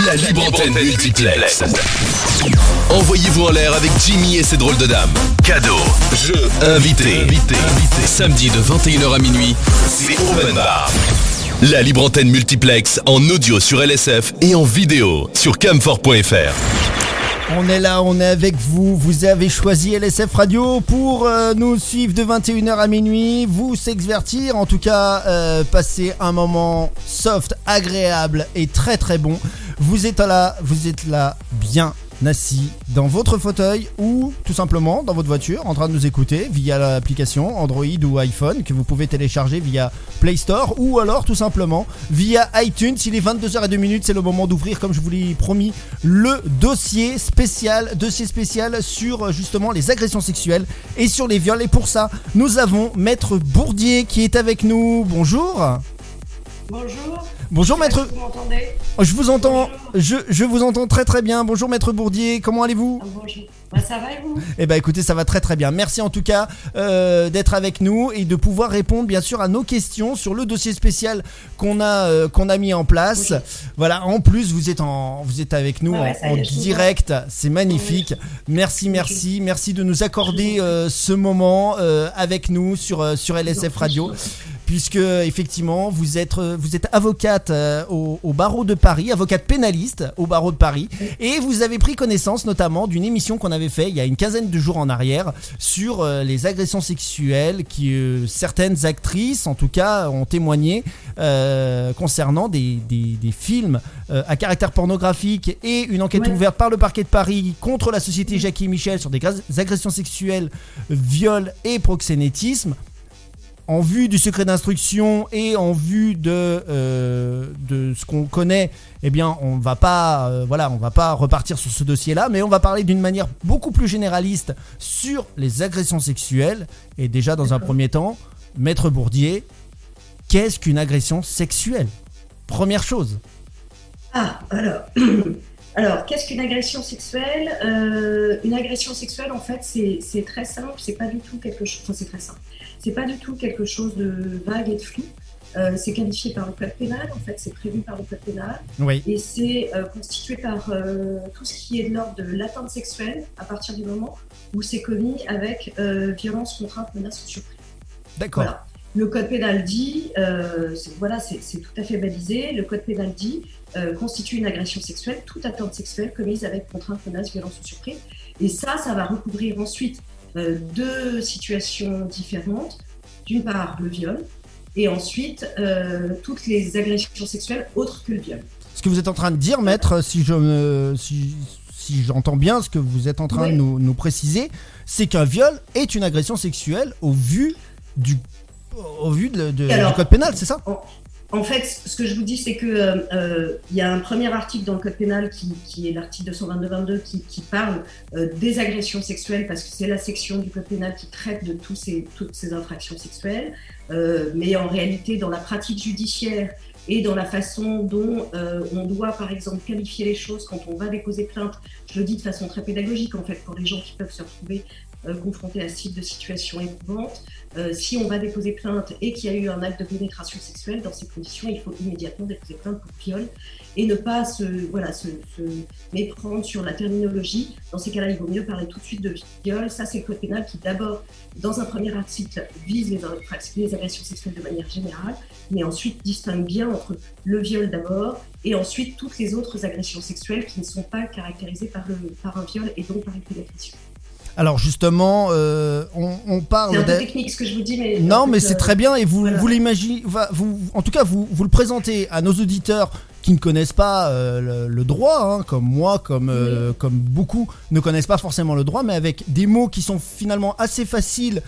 La libre antenne multiplex. Envoyez-vous en l'air avec Jimmy et ses drôles de dames. Cadeaux, jeux, invités. Samedi de 21h à minuit, c'est Open Bar. La libre antenne multiplex en audio sur LSF et en vidéo sur camfort.fr. On est là, on est avec vous. Vous avez choisi LSF Radio pour nous suivre de 21h à minuit, vous s'exvertir, en tout cas passer un moment soft, agréable et très très bon. Vous êtes là bien assis dans votre fauteuil ou tout simplement dans votre voiture en train de nous écouter via l'application Android ou iPhone que vous pouvez télécharger via Play Store ou alors tout simplement via iTunes. Il est 22h02, c'est le moment d'ouvrir, comme je vous l'ai promis, le dossier spécial sur justement les agressions sexuelles et sur les viols. Et pour ça, nous avons Maître Bourdier qui est avec nous. Bonjour. Bonjour Maître. Vous m'entendez ? Je vous entends. Je vous entends très très bien. Bonjour Maître Bourdier. Comment allez-vous ? Bonjour. Ça va et vous ? Eh ben écoutez, ça va très très bien. Merci en tout cas d'être avec nous et de pouvoir répondre bien sûr à nos questions sur le dossier spécial qu'on a mis en place. Oui. Voilà. En plus, vous êtes avec nous en direct. C'est magnifique. Oui. Merci de nous accorder ce moment avec nous sur LSF Radio. Puisque effectivement vous êtes avocate au barreau de Paris, avocate pénaliste au barreau de Paris, et vous avez pris connaissance notamment d'une émission qu'on avait fait il y a une quinzaine de jours en arrière sur les agressions sexuelles qui certaines actrices en tout cas ont témoigné concernant des films à caractère pornographique, et une enquête ouverte par le parquet de Paris contre la société Jackie et Michel sur des agressions sexuelles, viols et proxénétisme. En vue du secret d'instruction et en vue de ce qu'on connaît, eh bien, on va pas repartir sur ce dossier-là, mais on va parler d'une manière beaucoup plus généraliste sur les agressions sexuelles. Et déjà, dans un premier temps, Maître Bourdier, qu'est-ce qu'une agression sexuelle ? Première chose. Alors, qu'est-ce qu'une agression sexuelle ? Une agression sexuelle, en fait, c'est très simple. C'est pas du tout quelque chose. Enfin, c'est très simple. C'est pas du tout quelque chose de vague et de flou. C'est qualifié par le code pénal. En fait, c'est prévu par le code pénal. Oui. Et c'est constitué par tout ce qui est de l'ordre de l'atteinte sexuelle à partir du moment où c'est commis avec violence, contrainte, menace ou surprise. D'accord. Voilà. Le code pénal dit, c'est tout à fait balisé. Le code pénal dit constitue une agression sexuelle, toute atteinte sexuelle commise avec contrainte, menace, violence ou surprise. Et ça va recouvrir ensuite deux situations différentes. D'une part, le viol, et ensuite toutes les agressions sexuelles autres que le viol. Ce que vous êtes en train de dire, Maître, si j'entends bien ce que vous êtes en train de nous préciser, c'est qu'un viol est une agression sexuelle au vu du code pénal, c'est ça ? En fait, ce que je vous dis, c'est que y a un premier article dans le code pénal qui est l'article 222 qui parle des agressions sexuelles, parce que c'est la section du code pénal qui traite de toutes ces infractions sexuelles. Mais en réalité, dans la pratique judiciaire et dans la façon dont on doit, par exemple, qualifier les choses quand on va déposer plainte, je le dis de façon très pédagogique, en fait, pour les gens qui peuvent se retrouver confrontés à ce type de situation éprouvante. Si on va déposer plainte et qu'il y a eu un acte de pénétration sexuelle, dans ces conditions, il faut immédiatement déposer plainte pour viol et ne pas se méprendre sur la terminologie. Dans ces cas-là, il vaut mieux parler tout de suite de viol. Ça, c'est le code pénal qui, d'abord, dans un premier article, vise les agressions sexuelles de manière générale, mais ensuite distingue bien entre le viol d'abord et ensuite toutes les autres agressions sexuelles qui ne sont pas caractérisées par un viol et donc par une pénétration. Alors justement, on parle. C'est un peu technique ce que je vous dis, mais non, mais c'est très bien, et vous l'imaginez, en tout cas vous le présentez à nos auditeurs qui ne connaissent pas le droit, comme moi, comme beaucoup ne connaissent pas forcément le droit, mais avec des mots qui sont finalement assez faciles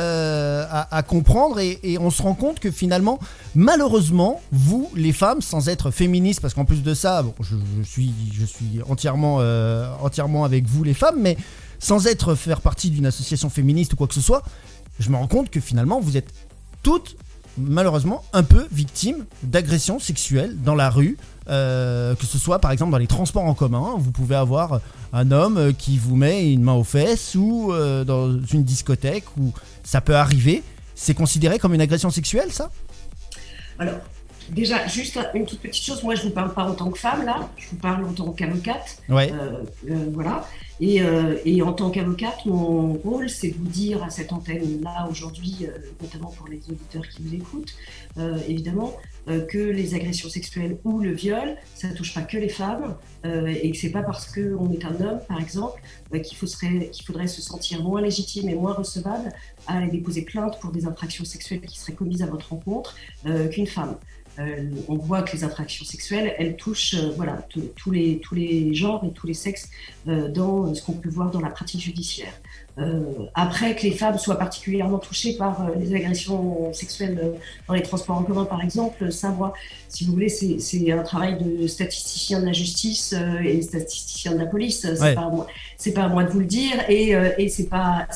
à comprendre, et on se rend compte que finalement, malheureusement, vous, les femmes, sans être féministes, parce qu'en plus de ça, je suis entièrement avec vous les femmes, mais sans faire partie d'une association féministe ou quoi que ce soit, je me rends compte que finalement vous êtes toutes malheureusement un peu victimes d'agressions sexuelles dans la rue, que ce soit par exemple dans les transports en commun. Vous pouvez avoir un homme qui vous met une main aux fesses, ou dans une discothèque où ça peut arriver. C'est considéré comme une agression sexuelle, ça ? Alors, Déjà, juste une toute petite chose. Moi, je vous parle pas en tant que femme, là. Je vous parle en tant qu'avocate. Ouais. Voilà. Et en tant qu'avocate, mon rôle, c'est de vous dire à cette antenne-là aujourd'hui, notamment pour les auditeurs qui vous écoutent, évidemment, que les agressions sexuelles ou le viol, ça ne touche pas que les femmes, et que c'est pas parce qu'on est un homme, par exemple, qu'il faudrait se sentir moins légitime et moins recevable à aller déposer plainte pour des infractions sexuelles qui seraient commises à votre rencontre qu'une femme. On voit que les infractions sexuelles, elles touchent tous les genres et tous les sexes dans ce qu'on peut voir dans la pratique judiciaire. Après, que les femmes soient particulièrement touchées par les agressions sexuelles dans les transports en commun, par exemple, ça, moi, si vous voulez, c'est un travail de statisticien de la justice et statisticien de la police. C'est pas à moi de vous le dire, et c'est pas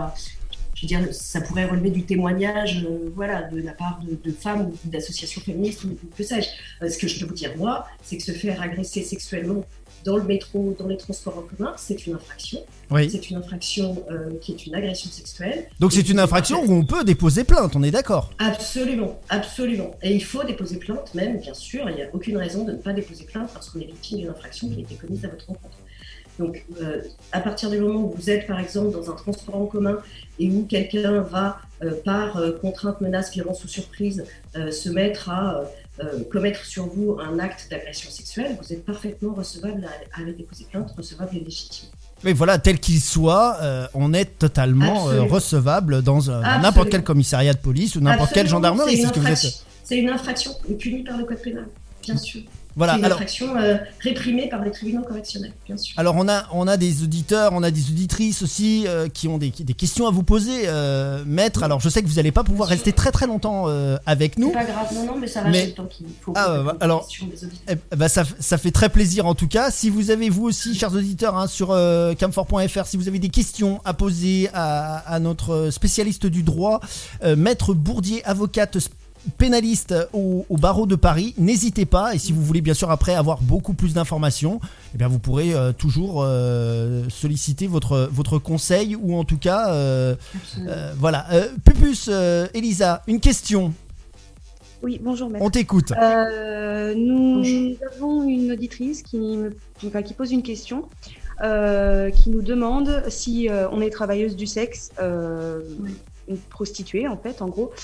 je veux dire, ça pourrait relever du témoignage de la part de femmes ou d'associations féministes ou que sais-je. Ce que je peux vous dire, moi, c'est que se faire agresser sexuellement dans le métro, dans les transports en commun, c'est une infraction. Oui. C'est une infraction qui est une agression sexuelle. Donc c'est une infraction où on peut déposer plainte, on est d'accord? Absolument, absolument. Et il faut déposer plainte même, bien sûr. Il n'y a aucune raison de ne pas déposer plainte parce qu'on est victime d'une infraction qui a été commise à votre rencontre. Donc, à partir du moment où vous êtes, par exemple, dans un transport en commun et où quelqu'un va, par contrainte, menace, violence ou surprise, se mettre à commettre sur vous un acte d'agression sexuelle, vous êtes parfaitement recevable à aller déposer plainte, recevable et légitime. Mais voilà, tel qu'il soit, on est totalement recevable dans n'importe quel commissariat de police ou n'importe quelle gendarmerie. C'est une infraction punie par le code pénal, bien sûr. Voilà, c'est une infraction réprimée par les tribunaux correctionnels, bien sûr. Alors on a des auditeurs, on a des auditrices aussi qui ont des questions à vous poser, maître. Alors je sais que vous n'allez pas pouvoir rester très très longtemps avec nous. C'est pas grave, non, mais ça va, c'est le temps qu'il faut. Alors, ça fait très plaisir en tout cas. Si vous avez vous aussi, chers auditeurs, sur camfor.fr, si vous avez des questions à poser à notre spécialiste du droit, maître Bourdier, avocate pénaliste au barreau de Paris, n'hésitez pas. Et si vous voulez bien sûr après avoir beaucoup plus d'informations, eh bien vous pourrez toujours solliciter votre conseil, ou en tout cas voilà. Pupus, Elisa, une question. Oui, bonjour maître. On t'écoute. Nous avons une auditrice qui pose une question, qui nous demande si on est travailleuse du sexe, une prostituée en fait, en gros.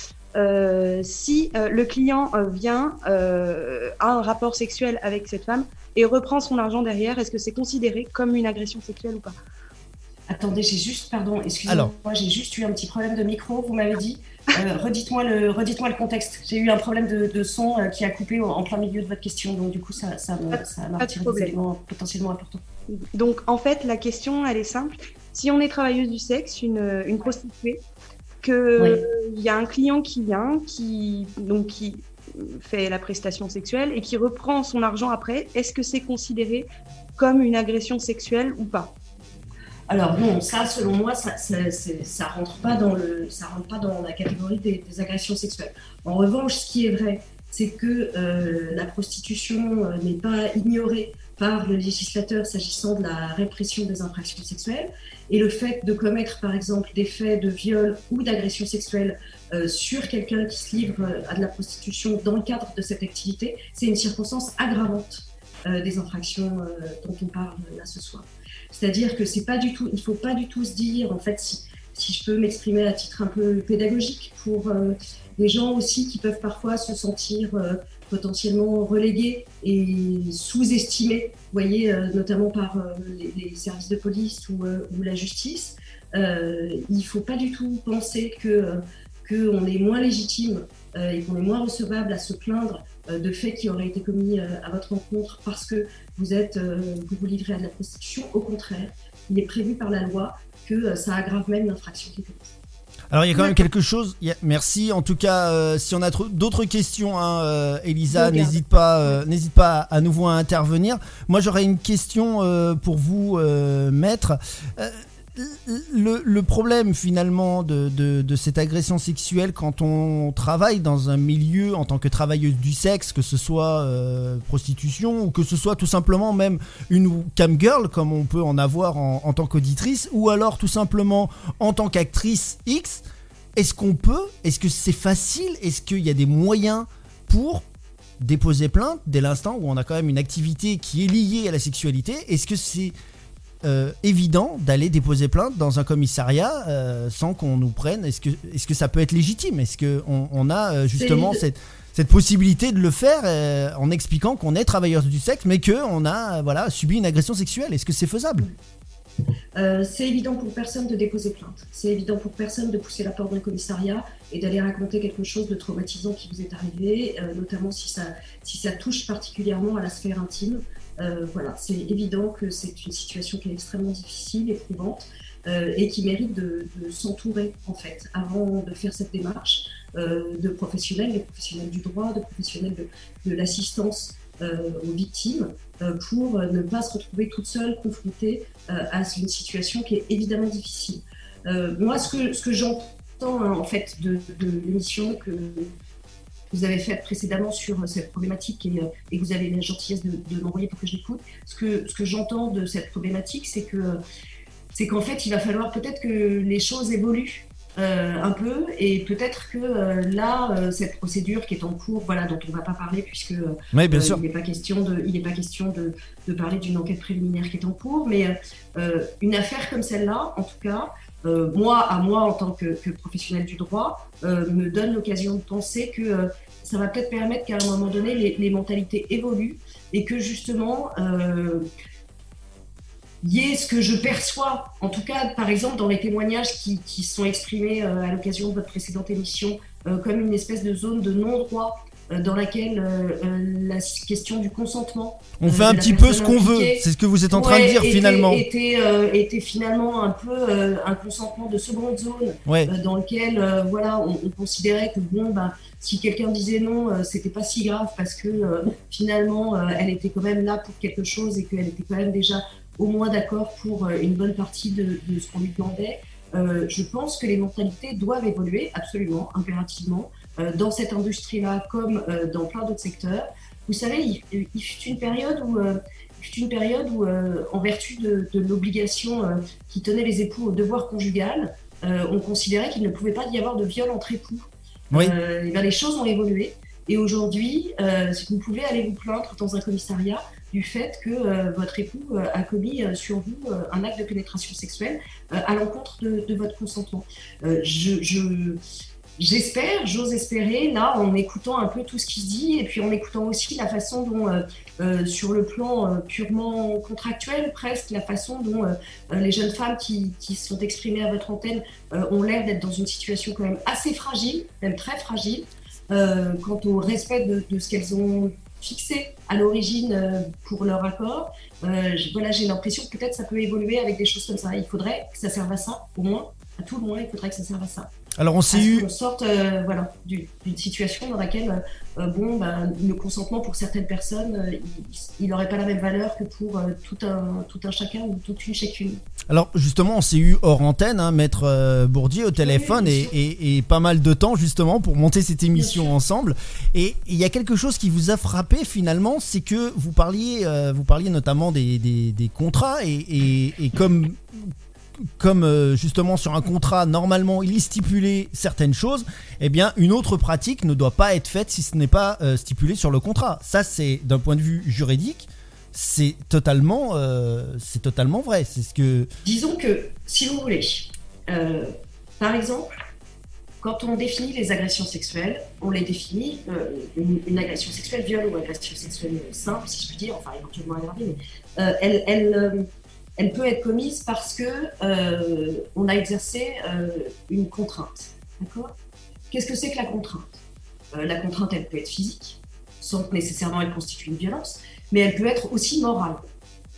Si le client vient a un rapport sexuel avec cette femme et reprend son argent derrière, est-ce que c'est considéré comme une agression sexuelle ou pas? Attendez, excusez-moi, j'ai juste eu un petit problème de micro, vous m'avez dit. Redites-moi le contexte. J'ai eu un problème de son qui a coupé en plein milieu de votre question, donc du coup ça m'a retiré des éléments potentiellement importants. Donc en fait la question elle est simple. Si on est travailleuse du sexe, une prostituée, qu'il y a un client qui vient, qui fait la prestation sexuelle et qui reprend son argent après, est-ce que c'est considéré comme une agression sexuelle ou pas? Alors non, ça selon moi, ça rentre pas dans la catégorie des agressions sexuelles. En revanche, ce qui est vrai, c'est que la prostitution n'est pas ignorée par le législateur s'agissant de la répression des infractions sexuelles, et le fait de commettre par exemple des faits de viol ou d'agression sexuelle sur quelqu'un qui se livre à de la prostitution dans le cadre de cette activité, c'est une circonstance aggravante des infractions dont on parle là ce soir. C'est-à-dire que il ne faut pas du tout se dire, en fait, si je peux m'exprimer à titre un peu pédagogique, pour des gens aussi qui peuvent parfois se sentir potentiellement relégués et sous-estimés, vous voyez, notamment par les services de police ou la justice. Il ne faut pas du tout penser qu'on est moins légitime et qu'on est moins recevable à se plaindre de faits qui auraient été commis à votre rencontre parce que vous vous livrez à de la prostitution. Au contraire, il est prévu par la loi que ça aggrave même l'infraction qui est commise. Alors il y a quand même quelque chose. Merci. En tout cas, si on a d'autres questions, Elisa, n'hésite pas à nouveau à intervenir. Moi, j'aurais une question pour vous, maître. Le problème finalement de cette agression sexuelle quand on travaille dans un milieu en tant que travailleuse du sexe, que ce soit prostitution ou que ce soit tout simplement même une cam girl comme on peut en avoir en tant qu'auditrice, ou alors tout simplement en tant qu'actrice X, est-ce que c'est facile, est-ce qu'il y a des moyens pour déposer plainte dès l'instant où on a quand même une activité qui est liée à la sexualité? Est-ce que c'est évident d'aller déposer plainte dans un commissariat sans qu'on nous prenne? Est-ce que ça peut être légitime? Est-ce qu'on a justement cette possibilité de le faire en expliquant qu'on est travailleur du sexe mais qu'on a subi une agression sexuelle? Est-ce que c'est faisable? C'est évident pour personne de déposer plainte. C'est évident pour personne de pousser la porte d'un commissariat et d'aller raconter quelque chose de traumatisant qui vous est arrivé, notamment si ça touche particulièrement à la sphère intime. C'est évident que c'est une situation qui est extrêmement difficile, éprouvante, et qui mérite de s'entourer, en fait, avant de faire cette démarche, de professionnels, des professionnels du droit, de professionnels de l'assistance aux victimes, pour ne pas se retrouver toute seule confrontée à une situation qui est évidemment difficile. Moi, ce que j'entends en fait de l'émission que vous avez faite précédemment sur cette problématique et que vous avez la gentillesse de m'envoyer pour que je l'écoute, ce que j'entends de cette problématique, c'est qu'en fait, il va falloir peut-être que les choses évoluent un peu, et peut-être que cette procédure qui est en cours, dont on ne va pas parler puisque oui, bien sûr. Il n'est pas question de parler d'une enquête préliminaire qui est en cours, mais une affaire comme celle-là, en tout cas, moi en tant que professionnel du droit, me donne l'occasion de penser que ça va peut-être permettre qu'à un moment donné, les mentalités évoluent et que justement y est ce que je perçois, en tout cas, par exemple, dans les témoignages qui sont exprimés à l'occasion de votre précédente émission, comme une espèce de zone de non-droit dans laquelle la question du consentement... On fait un petit peu ce qu'on veut, c'est ce que vous êtes en train de dire finalement. Était finalement un peu un consentement de seconde zone, dans lequel on considérait que si quelqu'un disait non, c'était pas si grave parce que finalement elle était quand même là pour quelque chose et qu'elle était quand même déjà au moins d'accord pour une bonne partie de ce qu'on lui demandait. Je pense que les mentalités doivent évoluer absolument, impérativement, dans cette industrie-là comme dans plein d'autres secteurs. Vous savez, il fut une période où, en vertu de l'obligation qui tenait les époux au devoir conjugal, on considérait qu'il ne pouvait pas y avoir de viol entre époux. Oui. Les choses ont évolué. Et aujourd'hui, vous pouvez aller vous plaindre dans un commissariat du fait que votre époux a commis sur vous un acte de pénétration sexuelle à l'encontre de votre consentement. J'ose espérer, là, en écoutant un peu tout ce qui se dit, et puis en écoutant aussi la façon dont, sur le plan purement contractuel, presque, la façon dont les jeunes femmes qui sont exprimées à votre antenne ont l'air d'être dans une situation quand même assez fragile, même très fragile, quant au respect de ce qu'elles ont fixé à l'origine pour leur accord. J'ai l'impression que peut-être ça peut évoluer avec des choses comme ça. Il faudrait que ça serve à ça, au moins, à tout le moins, il faudrait que ça serve à ça. Alors on sorte d'une situation dans laquelle le consentement pour certaines personnes, il n'aurait pas la même valeur que pour tout un chacun ou toute une chacune. Alors justement, on s'est eu hors antenne, Maître Bourdier au téléphone, et pas mal de temps justement pour monter cette émission ensemble. Et il y a quelque chose qui vous a frappé finalement, c'est que vous parliez notamment des contrats et comme justement sur un contrat, normalement il est stipulé certaines choses, eh bien une autre pratique ne doit pas être faite si ce n'est pas stipulé sur le contrat. Ça, c'est d'un point de vue juridique, c'est totalement vrai. C'est ce que... Disons que, si vous voulez, par exemple, quand on définit les agressions sexuelles, on les définit, une agression sexuelle, viol ou agression sexuelle simple, si je puis dire, enfin éventuellement aggravée, mais elle peut être commise parce que on a exercé une contrainte. D'accord ? Qu'est-ce que c'est que la contrainte ? La contrainte, elle peut être physique, sans que nécessairement elle constitue une violence, mais elle peut être aussi morale. D'accord ?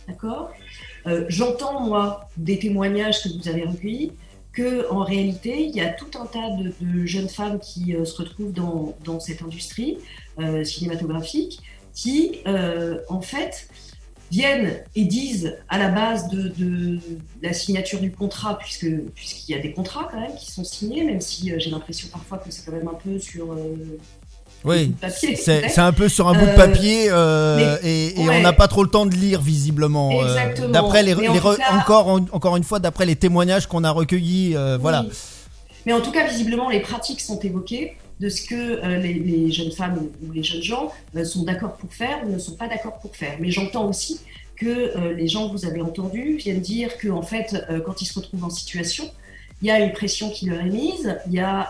J'entends, moi, des témoignages que vous avez recueillis, qu'en réalité, il y a tout un tas de jeunes femmes qui se retrouvent dans cette industrie cinématographique qui, en fait, viennent et disent à la base de la signature du contrat, puisqu'il y a des contrats quand même qui sont signés, même si j'ai l'impression parfois que c'est quand même un peu sur oui, papier. C'est un peu sur un bout de papier et on n'a pas trop le temps de lire visiblement. Exactement. D'après encore une fois, d'après les témoignages qu'on a recueillis, voilà. Mais en tout cas, visiblement, les pratiques sont évoquées de ce que les jeunes femmes ou les jeunes gens sont d'accord pour faire ou ne sont pas d'accord pour faire. Mais j'entends aussi que les gens que vous avez entendus viennent dire que en fait, quand ils se retrouvent en situation, il y a une pression qui leur est mise, il y a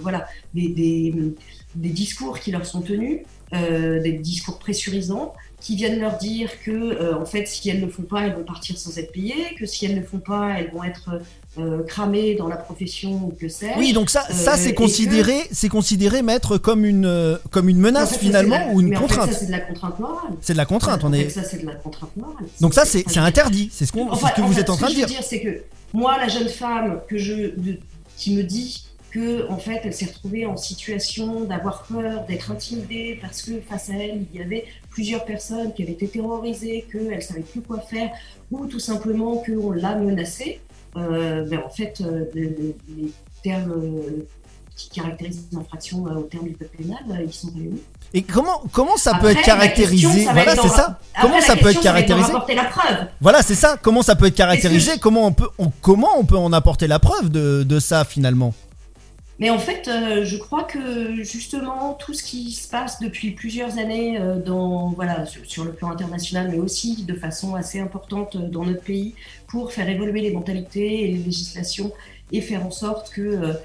des discours qui leur sont tenus, des discours pressurisants, qui viennent leur dire que en fait, si elles ne le font pas, elles vont partir sans être payées, que si elles ne le font pas, elles vont être cramées dans la profession ou que sais-je. Oui, donc ça c'est considéré, maître, comme une menace, en fait, finalement, ou une contrainte. En fait, ça c'est de la contrainte morale. C'est de la contrainte, ça c'est de la contrainte morale. Donc ça c'est interdit, c'est ce que vous êtes en train de dire. Ce que je veux dire, c'est que moi, la jeune femme qui me dit que en fait, elle s'est retrouvée en situation d'avoir peur, d'être intimidée parce que face à elle, il y avait plusieurs personnes qui avaient été terrorisées, qu'elle ne savait plus quoi faire, ou tout simplement qu'on l'a menacée. En fait, les termes qui caractérisent l'infraction au terme du code pénal, ils sont réunis. Et comment ça peut être caractérisé? Voilà, c'est ça. Comment ça peut être caractérisé? Apporter la preuve. Voilà, c'est ça. Comment ça peut être caractérisé? Comment on peut en apporter la preuve de ça finalement? Mais en fait, je crois que justement tout ce qui se passe depuis plusieurs années sur le plan international, mais aussi de façon assez importante dans notre pays, pour faire évoluer les mentalités et les législations et faire en sorte que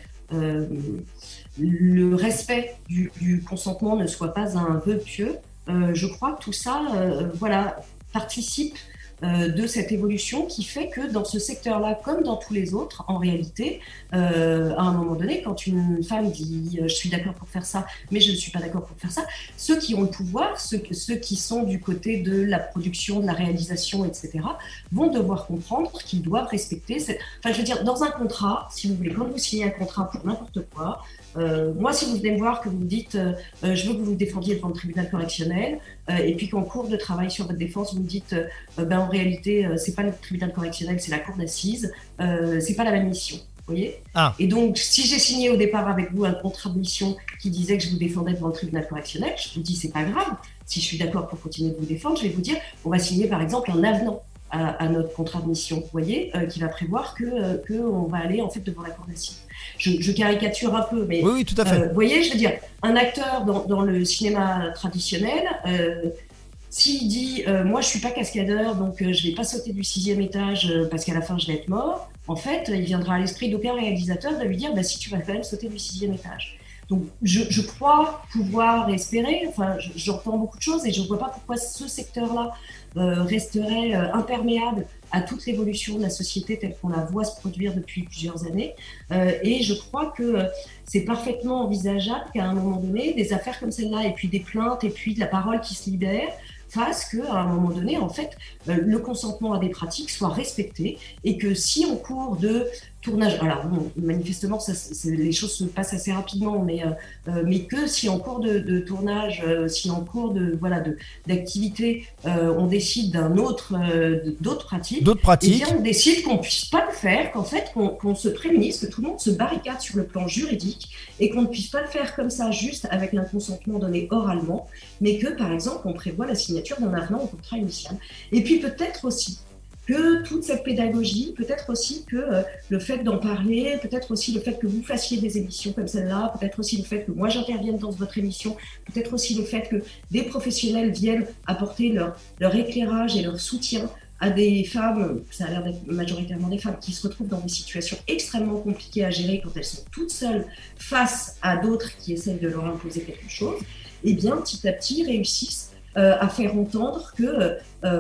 le respect du consentement ne soit pas un vœu pieux. Je crois que tout ça, participe de cette évolution qui fait que dans ce secteur-là, comme dans tous les autres, en réalité, à un moment donné, quand une femme dit « je suis d'accord pour faire ça, mais je ne suis pas d'accord pour faire ça », ceux qui ont le pouvoir, ceux qui sont du côté de la production, de la réalisation, etc., vont devoir comprendre qu'ils doivent respecter Enfin, je veux dire, dans un contrat, si vous voulez, quand vous signez un contrat pour n'importe quoi, moi, si vous venez me voir, que vous me dites je veux que vous vous défendiez devant le tribunal correctionnel, et puis qu'en cours de travail sur votre défense, vous me dites en réalité, c'est pas le tribunal correctionnel, c'est la cour d'assises, c'est pas la même mission. Vous voyez ? Et donc, si j'ai signé au départ avec vous un contrat de mission qui disait que je vous défendais devant le tribunal correctionnel, je vous dis c'est pas grave. Si je suis d'accord pour continuer de vous défendre, je vais vous dire on va signer par exemple un avenant à notre contrat de mission, vous voyez, qui va prévoir que on va aller en fait devant la cour d'assises. Je caricature un peu, mais oui, tout à fait. Vous voyez, je veux dire, un acteur dans le cinéma traditionnel, s'il dit moi je suis pas cascadeur, donc je vais pas sauter du 6e étage parce qu'à la fin je vais être mort, en fait, il viendra à l'esprit d'aucun réalisateur de lui dire si tu vas quand même sauter du 6e étage. Donc je crois pouvoir espérer, enfin j'entends beaucoup de choses et je ne vois pas pourquoi ce secteur-là resterait imperméable à toute l'évolution de la société telle qu'on la voit se produire depuis plusieurs années. Et je crois que c'est parfaitement envisageable qu'à un moment donné, des affaires comme celle-là, et puis des plaintes, et puis de la parole qui se libère, fasse qu'à un moment donné, en fait, le consentement à des pratiques soit respecté et que si en cours de tournage, alors bon, manifestement, les choses se passent assez rapidement, mais que si en cours de tournage, si en cours d'activité, on décide d'autres pratiques, eh bien, on décide qu'on puisse pas le faire, qu'en fait, qu'on se prémunisse, que tout le monde se barricade sur le plan juridique et qu'on ne puisse pas le faire comme ça, juste avec un consentement donné oralement, mais que, par exemple, on prévoit la signature d'un avenant au contrat initial. Et puis peut-être aussi que toute cette pédagogie, peut-être aussi que le fait d'en parler, peut-être aussi le fait que vous fassiez des émissions comme celle-là, peut-être aussi le fait que moi j'intervienne dans votre émission, peut-être aussi le fait que des professionnels viennent apporter leur éclairage et leur soutien à des femmes, ça a l'air d'être majoritairement des femmes, qui se retrouvent dans des situations extrêmement compliquées à gérer quand elles sont toutes seules face à d'autres qui essaient de leur imposer quelque chose, et bien petit à petit réussissent à faire entendre que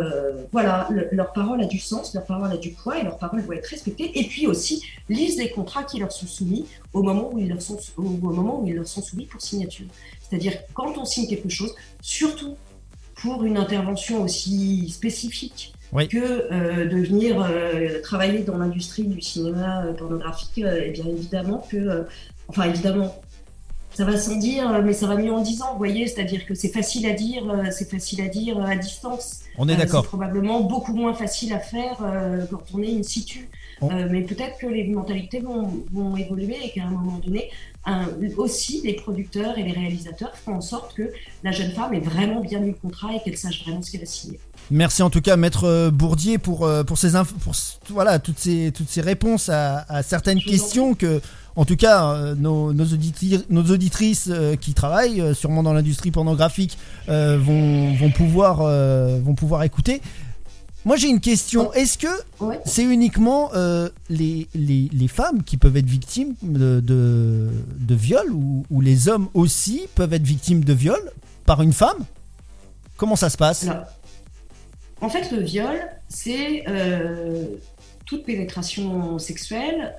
leur parole a du sens, leur parole a du poids et leur parole doit être respectée, et puis aussi lisent les contrats qui leur sont soumis au moment où ils leur sont soumis pour signature. C'est-à-dire quand on signe quelque chose, surtout pour une intervention aussi spécifique que de venir travailler dans l'industrie du cinéma pornographique, et bien évidemment que, évidemment, ça va sans dire, mais ça va mieux en disant, vous voyez, c'est-à-dire que c'est facile à dire à distance. On est d'accord. C'est probablement beaucoup moins facile à faire quand on est in situ. Mais peut-être que les mentalités vont évoluer et qu'à un moment donné, aussi les producteurs et les réalisateurs font en sorte que la jeune femme ait vraiment bien lu le contrat et qu'elle sache vraiment ce qu'elle a signé. Merci en tout cas Maître Bourdier pour ces toutes ces réponses à certaines questions que en tout cas, nos auditrices qui travaillent sûrement dans l'industrie pornographique vont pouvoir écouter. Moi j'ai une question, est-ce que c'est uniquement les femmes qui peuvent être victimes de viol ou les hommes aussi peuvent être victimes de viol par une femme? Comment ça se passe? Alors, en fait, le viol, c'est toute pénétration sexuelle,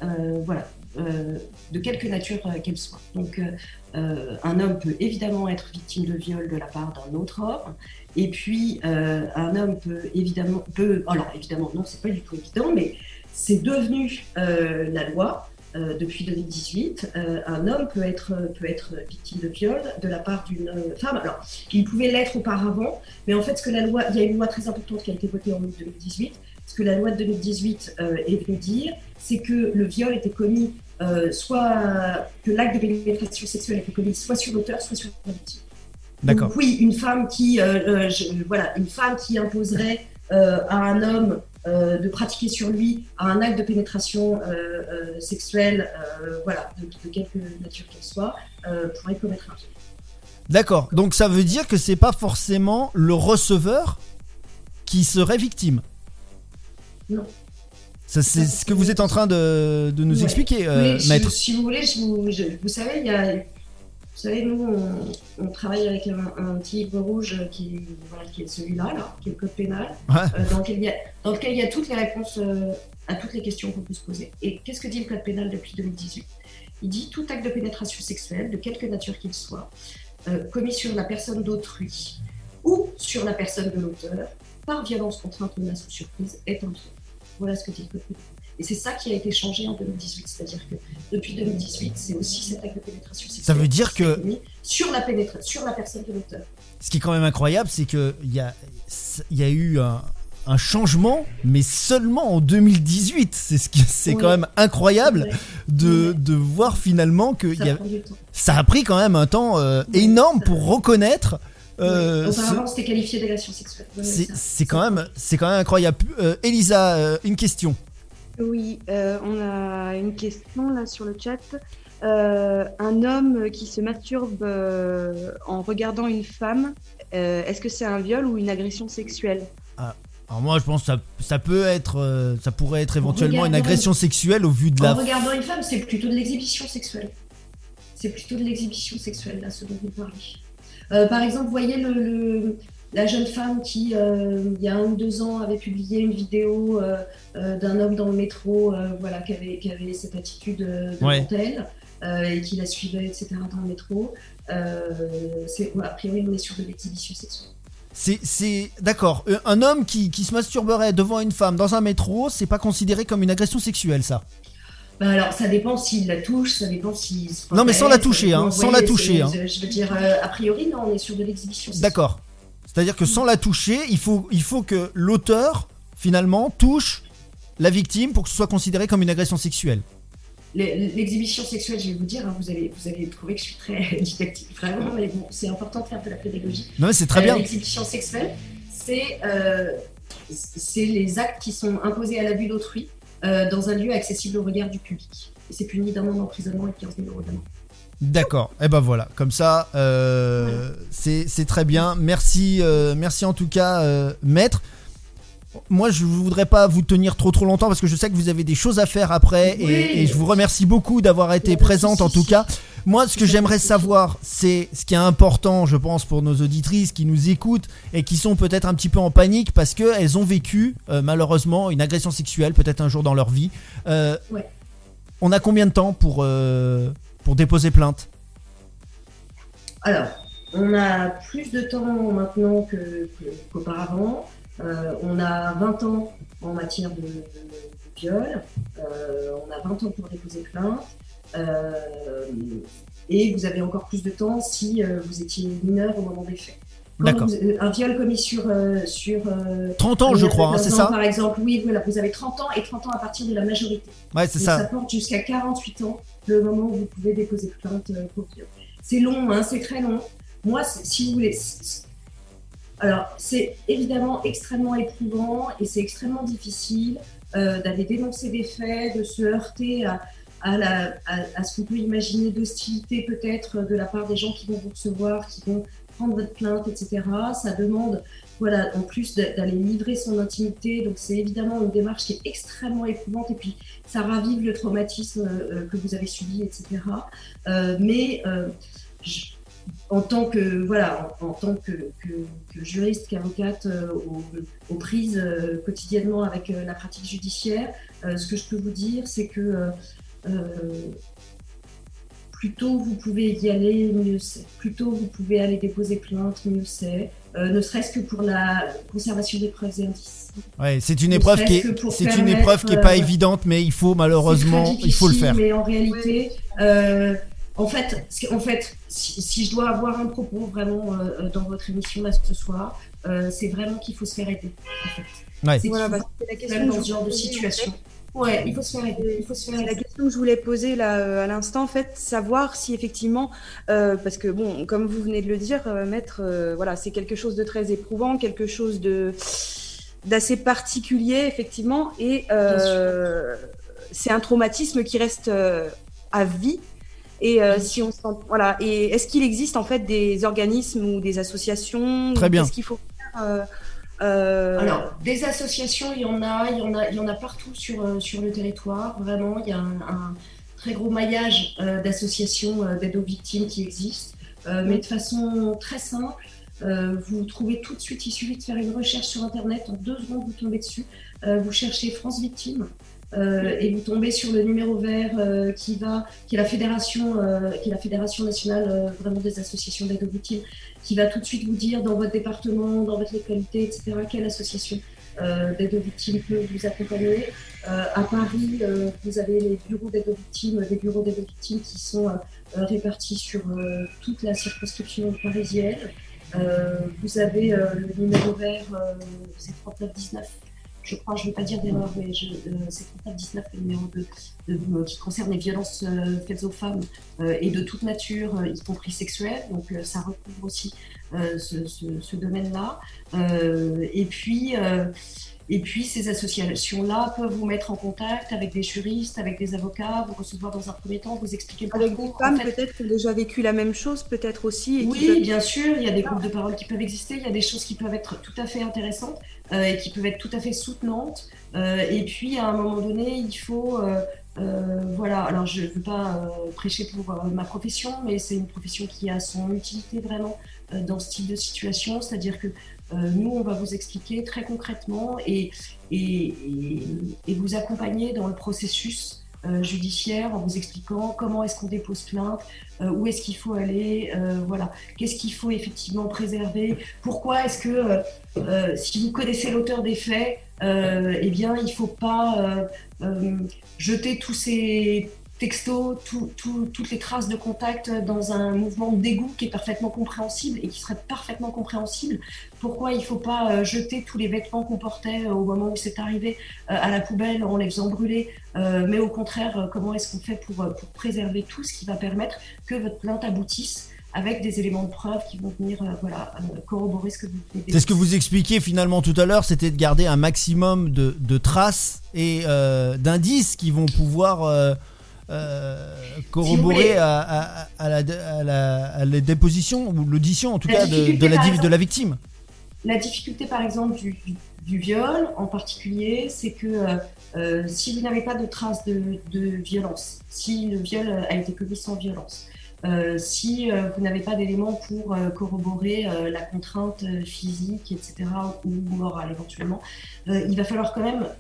de quelque nature qu'elle soit. Donc, un homme peut évidemment être victime de viol de la part d'un autre homme, et puis un homme alors évidemment, non, c'est pas du tout évident, mais c'est devenu la loi. Depuis 2018, un homme peut être victime de viol de la part d'une femme. Alors, il pouvait l'être auparavant, mais en fait, il y a une loi très importante qui a été votée en 2018. Ce que la loi de 2018 est venue dire, c'est que le viol était commis, que l'acte de pénétration sexuelle était commis soit sur l'auteur, soit sur la victime. D'accord. Donc oui, une femme qui imposerait à un homme de pratiquer sur lui un acte de pénétration sexuelle, de quelque nature qu'elle soit, pourrait commettre un viol. D'accord, donc ça veut dire que c'est pas forcément le receveur qui serait victime. Non. Ça, c'est ce que vous êtes en train de nous expliquer, maître. Si vous voulez, vous savez, nous, on travaille avec un petit livre rouge qui est celui-là, qui est le code pénal, dans lequel il y a toutes les réponses à toutes les questions qu'on peut se poser. Et qu'est-ce que dit le code pénal depuis 2018 ? Il dit tout acte de pénétration sexuelle, de quelque nature qu'il soit, commis sur la personne d'autrui ou sur la personne de l'auteur, par violence, contrainte, menace ou surprise, est un viol. Voilà ce que dit le code pénal. Et c'est ça qui a été changé en 2018, c'est-à-dire que depuis 2018, c'est aussi cet acte de pénétration sexuelle. Ça veut dire que sur la personne de l'auteur. Ce qui est quand même incroyable, c'est que il y a eu un changement, mais seulement en 2018. C'est quand même incroyable de voir finalement que ça a pris quand même un temps énorme pour reconnaître. Auparavant, c'était qualifié d'agression sexuelle. C'est quand même incroyable. Elisa, une question. Oui, on a une question là sur le chat. Un homme qui se masturbe en regardant une femme, est-ce que c'est un viol ou une agression sexuelle ? Alors moi je pense que ça pourrait être éventuellement une agression sexuelle au vu de En regardant une femme, c'est plutôt de l'exhibition sexuelle. C'est plutôt de l'exhibition sexuelle, là, ce dont vous parlez. Par exemple, vous voyez la jeune femme qui, il y a 1 ou 2 ans, avait publié une vidéo d'un homme dans le métro qui avait cette attitude devant elle et qui la suivait, etc. dans le métro. A priori, on est sur de l'exhibition sexuelle. C'est d'accord. Un homme qui se masturberait devant une femme dans un métro, c'est pas considéré comme une agression sexuelle, ça? Alors, ça dépend s'il la touche, ça dépend s'il se protège. Non, mais sans la toucher, sans la toucher. Je veux dire, a priori, non, on est sur de l'exhibition sexuelle. D'accord. C'est-à-dire que sans la toucher, il faut que l'auteur, finalement, touche la victime pour que ce soit considéré comme une agression sexuelle. L'exhibition sexuelle, je vais vous dire, vous allez trouver que je suis très didactique, vraiment, mais bon, c'est important de faire de la pédagogie. Non, mais c'est très bien. L'exhibition sexuelle, c'est les actes qui sont imposés à la vue d'autrui dans un lieu accessible au regard du public. Et c'est puni d'1 an d'emprisonnement et de 15 000 € d'amende. D'accord, et ben voilà, comme ça, c'est très bien. Merci en tout cas, maître. Moi, je voudrais pas vous tenir trop longtemps parce que je sais que vous avez des choses à faire après et je vous remercie beaucoup d'avoir été présente en tout cas. Moi, ce que j'aimerais savoir, c'est ce qui est important, je pense, pour nos auditrices qui nous écoutent et qui sont peut-être un petit peu en panique parce qu'elles ont vécu, malheureusement, une agression sexuelle, peut-être un jour dans leur vie. On a combien de temps pour déposer plainte ? Alors, on a plus de temps maintenant qu'auparavant. On a 20 ans en matière de viol. On a 20 ans pour déposer plainte. Et vous avez encore plus de temps si vous étiez mineur au moment des faits. D'accord. Un viol commis sur 30 ans, je crois, c'est ça ? Par exemple, oui, voilà, vous avez 30 ans et 30 ans à partir de la majorité. Ouais, c'est donc ça. Ça porte jusqu'à 48 ans, le moment où vous pouvez déposer plainte pour viol. C'est long, hein, c'est très long. Moi, si vous voulez... Alors, c'est évidemment extrêmement éprouvant et c'est extrêmement difficile d'aller dénoncer des faits, de se heurter à ce qu'on peut imaginer d'hostilité peut-être de la part des gens qui vont vous recevoir, qui vont prendre votre plainte, etc. Ça demande, voilà, en plus d'aller livrer son intimité. Donc c'est évidemment une démarche qui est extrêmement éprouvante et puis ça ravive le traumatisme que vous avez subi, etc. En tant que juriste, qu'avocate aux prises quotidiennement avec la pratique judiciaire, ce que je peux vous dire, c'est que plus tôt vous pouvez y aller, mieux c'est. Plus tôt vous pouvez aller déposer plainte, mieux c'est. Ne serait-ce que pour la conservation des preuves et indices. Ouais, c'est une épreuve qui est pas évidente, mais il faut malheureusement, il faut le faire. Mais en réalité, en fait, si je dois avoir un propos vraiment dans votre émission là ce soir, c'est vraiment qu'il faut se faire aider. En fait. Ouais. C'est la question dans ce genre de situation. Ouais, il faut se faire aider. C'est la question que je voulais poser là à l'instant, en fait, savoir si effectivement, parce que bon, comme vous venez de le dire, maître, voilà, c'est quelque chose de très éprouvant, quelque chose d'assez particulier effectivement, et c'est un traumatisme qui reste à vie. Et si on sent, voilà, et est-ce qu'il existe en fait des organismes ou des associations? Très bien. Qu'est-ce qu'il faut faire Alors, des associations, il y en a partout sur le territoire. Vraiment, il y a un très gros maillage d'associations d'aide aux victimes qui existent. Mais de façon très simple, vous trouvez tout de suite, il suffit de faire une recherche sur Internet, en 2 secondes vous tombez dessus. Vous cherchez France Victimes. Et vous tombez sur le numéro vert qui est la fédération nationale vraiment des associations d'aide aux victimes, qui va tout de suite vous dire dans votre département, dans votre localité, etc., quelle association d'aide aux victimes peut vous accompagner. À Paris, vous avez les bureaux d'aide aux victimes, qui sont répartis sur toute la circonscription parisienne. Vous avez le numéro vert, c'est 3919. Je crois, je ne vais pas dire d'erreur, mais c'est 3919, le numéro qui concerne les violences faites aux femmes et de toute nature, y compris sexuelles. Donc ça recouvre aussi ce domaine-là. Et puis ces associations-là peuvent vous mettre en contact avec des juristes, avec des avocats, vous recevoir dans un premier temps, vous expliquer le avec parcours. Des femmes peut-être qui ont déjà vécu la même chose, peut-être aussi. Oui, bien sûr, il y a des groupes de parole qui peuvent exister, il y a des choses qui peuvent être tout à fait intéressantes et qui peuvent être tout à fait soutenantes. Et puis à un moment donné, il faut... voilà, alors je ne veux pas prêcher pour ma profession, mais c'est une profession qui a son utilité vraiment dans ce type de situation, c'est-à-dire que nous, on va vous expliquer très concrètement et vous accompagner dans le processus judiciaire en vous expliquant comment est-ce qu'on dépose plainte, où est-ce qu'il faut aller, voilà, qu'est-ce qu'il faut effectivement préserver, pourquoi est-ce que si vous connaissez l'auteur des faits, eh bien il ne faut pas jeter tous ces textos, toutes les traces de contact dans un mouvement de dégoût qui est parfaitement compréhensible et qui serait parfaitement compréhensible. Pourquoi il ne faut pas jeter tous les vêtements qu'on portait au moment où c'est arrivé à la poubelle en les faisant brûler, mais au contraire, comment est-ce qu'on fait pour préserver tout ce qui va permettre que votre plainte aboutisse avec des éléments de preuve qui vont venir corroborer ce que vous venez de dire. C'est ce que vous expliquiez finalement tout à l'heure, c'était de garder un maximum de traces et d'indices qui vont pouvoir corroborer à la déposition ou l'audition en tout cas de la victime. La difficulté par exemple du viol en particulier, c'est que si vous n'avez pas de traces de violence, si le viol a été commis sans violence, si vous n'avez pas d'éléments pour corroborer la contrainte physique, etc., ou morale éventuellement, il va falloir quand même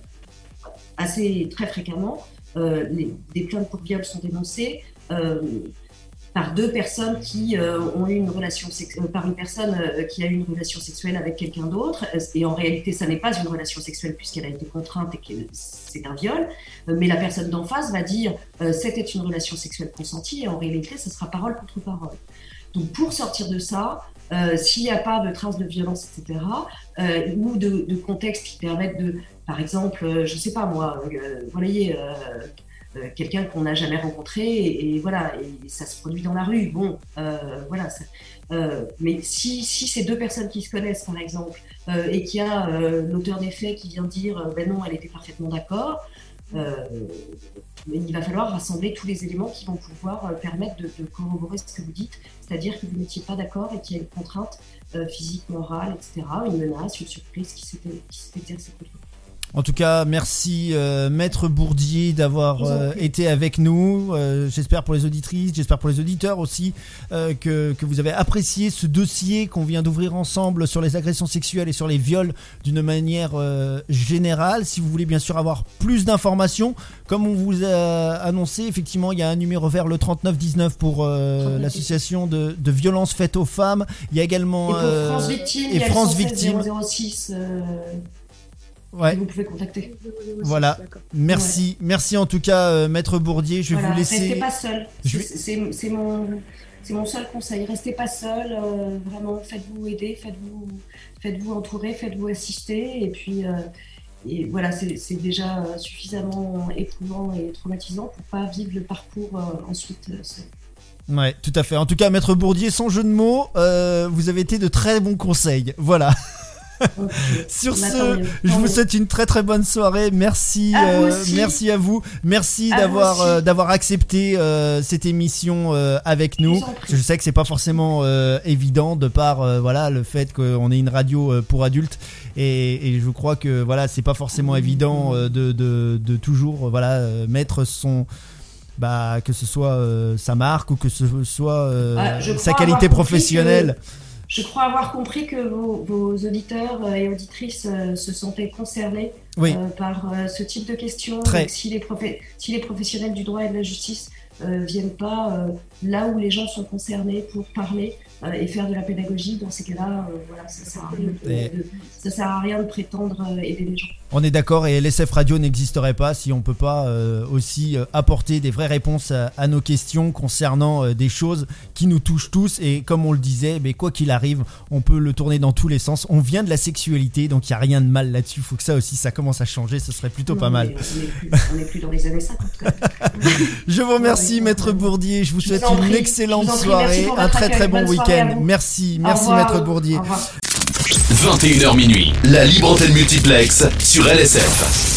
très fréquemment, des plaintes pour viol sont dénoncées par 2 personnes qui ont eu une relation par une personne qui a eu une relation sexuelle avec quelqu'un d'autre, et en réalité ça n'est pas une relation sexuelle puisqu'elle a été contrainte et que c'est un viol, mais la personne d'en face va dire c'était une relation sexuelle consentie, et en réalité ça sera parole contre parole. Donc pour sortir de ça, s'il n'y a pas de traces de violence, etc., ou de contextes qui permettent de, par exemple, je ne sais pas moi, voyez, quelqu'un qu'on n'a jamais rencontré et voilà, et ça se produit dans la rue, bon, voilà. Mais si c'est 2 personnes qui se connaissent, par exemple, et qu'il y a l'auteur des faits qui vient dire ben non, elle était parfaitement d'accord, Mais il va falloir rassembler tous les éléments qui vont pouvoir permettre de corroborer ce que vous dites, c'est-à-dire que vous n'étiez pas d'accord et qu'il y a une contrainte physique, morale, etc., une menace, une surprise qui s'était exercée contre vous. En tout cas, merci Maître Bourdier d'avoir été avec nous. J'espère pour les auditrices, j'espère pour les auditeurs aussi que vous avez apprécié ce dossier qu'on vient d'ouvrir ensemble sur les agressions sexuelles et sur les viols d'une manière générale. Si vous voulez bien sûr avoir plus d'informations, comme on vous a annoncé, effectivement, il y a un numéro vert, le 3919 pour l'association de violences faites aux femmes. Il y a également et pour France Victime, il y a France le Victime 006. Ouais. Vous pouvez contacter. Voilà. Merci. Merci en tout cas, Maître Bourdier. Je vais vous laisser. Restez pas seul. C'est mon seul conseil. Restez pas seul. Vraiment, faites-vous aider, faites-vous entourer, faites-vous assister. Et puis, et voilà, c'est déjà suffisamment éprouvant et traumatisant pour pas vivre le parcours ensuite seul. Ouais, tout à fait. En tout cas, Maître Bourdier, sans jeu de mots, vous avez été de très bons conseils. Voilà. Okay. Sur ce, je vous souhaite une très très bonne soirée. Merci, merci à vous. Merci d'avoir accepté cette émission avec nous. Je sais que c'est pas forcément évident de par voilà le fait qu'on ait une radio pour adultes et je crois que voilà c'est pas forcément évident de toujours voilà mettre son que ce soit sa marque ou que ce soit sa qualité professionnelle. Je crois avoir compris que vos auditeurs et auditrices se sentaient concernés par ce type de questions. Donc, si les professionnels du droit et de la justice viennent pas là où les gens sont concernés pour parler et faire de la pédagogie, dans ces cas-là, voilà, ça sert à rien de prétendre aider les gens. On est d'accord, et LSF Radio n'existerait pas si on peut pas aussi apporter des vraies réponses à nos questions concernant des choses qui nous touchent tous. Et comme on le disait, mais quoi qu'il arrive, on peut le tourner dans tous les sens. On vient de la sexualité, donc il n'y a rien de mal là-dessus. Il faut que ça aussi, ça commence à changer, ce serait plutôt pas mal. On n'est plus dans les années 50. Je vous remercie, Maître Bourdier. Je vous souhaite une excellente soirée, un très très bon week-end. Merci Maître Bourdier. 21h minuit, la libre antenne multiplex sur LSF.